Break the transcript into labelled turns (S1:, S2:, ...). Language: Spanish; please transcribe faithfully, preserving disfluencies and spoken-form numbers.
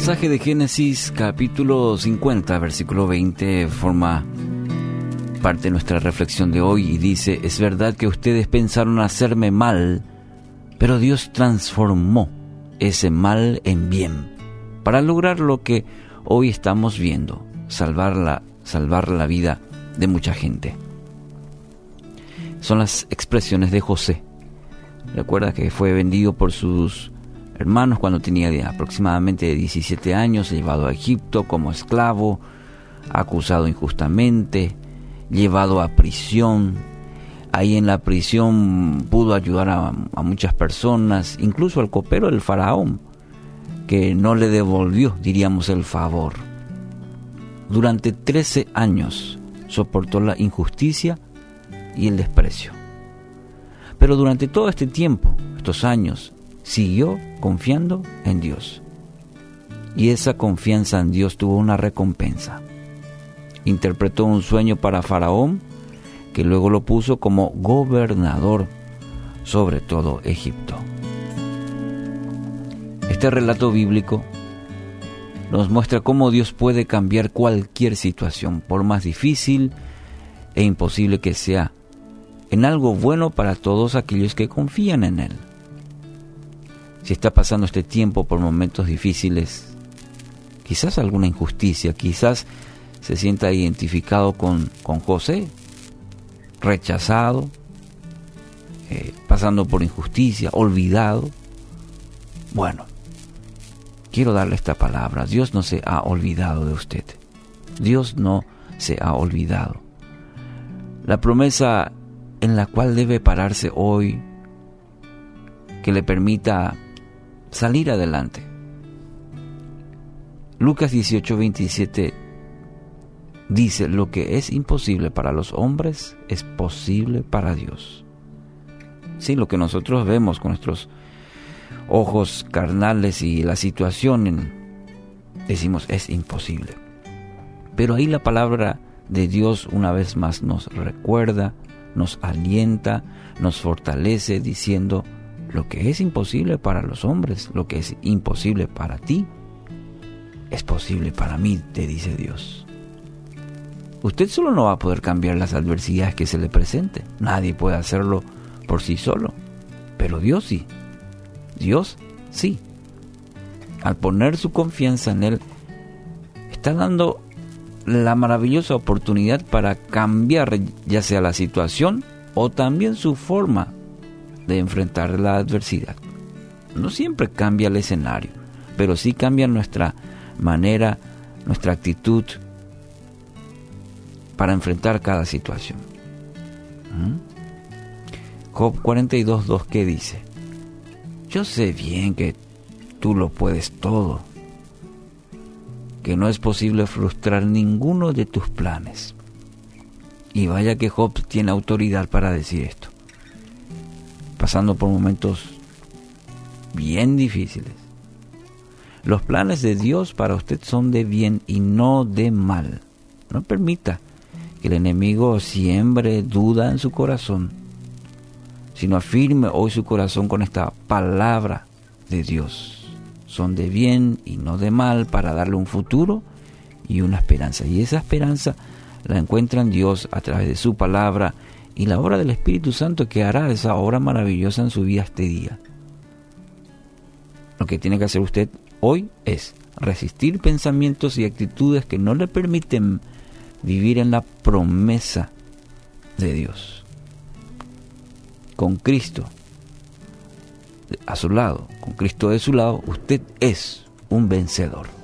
S1: pasaje de Génesis capítulo cincuenta, versículo veinte, forma parte de nuestra reflexión de hoy y dice: es verdad que ustedes pensaron hacerme mal, pero Dios transformó ese mal en bien, para lograr lo que hoy estamos viendo, salvar la, salvar la vida de mucha gente. Son las expresiones de José. Recuerda que fue vendido por sus hermanos cuando tenía aproximadamente diecisiete años, llevado a Egipto como esclavo, acusado injustamente, llevado a prisión. Ahí en la prisión pudo ayudar a, a muchas personas, incluso al copero del faraón, que no le devolvió, diríamos, el favor. Durante trece años soportó la injusticia y el desprecio. Pero durante todo este tiempo, estos años, siguió confiando en Dios. Y esa confianza en Dios tuvo una recompensa. Interpretó un sueño para Faraón, que luego lo puso como gobernador sobre todo Egipto. Este relato bíblico nos muestra cómo Dios puede cambiar cualquier situación, por más difícil e imposible que sea, en algo bueno para todos aquellos que confían en Él. Si está pasando este tiempo por momentos difíciles, quizás alguna injusticia, quizás se sienta identificado con, con José, rechazado, eh, pasando por injusticia, olvidado. Bueno, quiero darle esta palabra: Dios no se ha olvidado de usted. Dios no se ha olvidado. La promesa en la cual debe pararse hoy, que le permita salir adelante. Lucas dieciocho veintisiete dice: lo que es imposible para los hombres es posible para Dios. Sí, lo que nosotros vemos con nuestros ojos carnales y la situación, en, decimos es imposible. Pero ahí la palabra de Dios una vez más nos recuerda, nos alienta, nos fortalece, diciendo: lo que es imposible para los hombres, lo que es imposible para ti, es posible para mí, te dice Dios. Usted solo no va a poder cambiar las adversidades que se le presenten. Nadie puede hacerlo por sí solo. Pero Dios sí. Dios sí. Al poner su confianza en Él, está dando la maravillosa oportunidad para cambiar ya sea la situación o también su forma de enfrentar la adversidad. No siempre cambia el escenario, pero sí cambia nuestra manera, nuestra actitud para enfrentar cada situación. ¿Mm? Job cuarenta y dos dos, ¿qué dice? Yo sé bien que tú lo puedes todo, que no es posible frustrar ninguno de tus planes. Y vaya que Job tiene autoridad para decir esto, pasando por momentos bien difíciles. Los planes de Dios para usted son de bien y no de mal. No permita que el enemigo siembre duda en su corazón, sino afirme hoy su corazón con esta palabra de Dios. Son de bien y no de mal, para darle un futuro y una esperanza. Y esa esperanza la encuentra en Dios a través de su palabra y la obra del Espíritu Santo, que hará esa obra maravillosa en su vida este día. Lo que tiene que hacer usted hoy es resistir pensamientos y actitudes que no le permiten vivir en la promesa de Dios. Con Cristo a su lado, con Cristo de su lado, usted es un vencedor.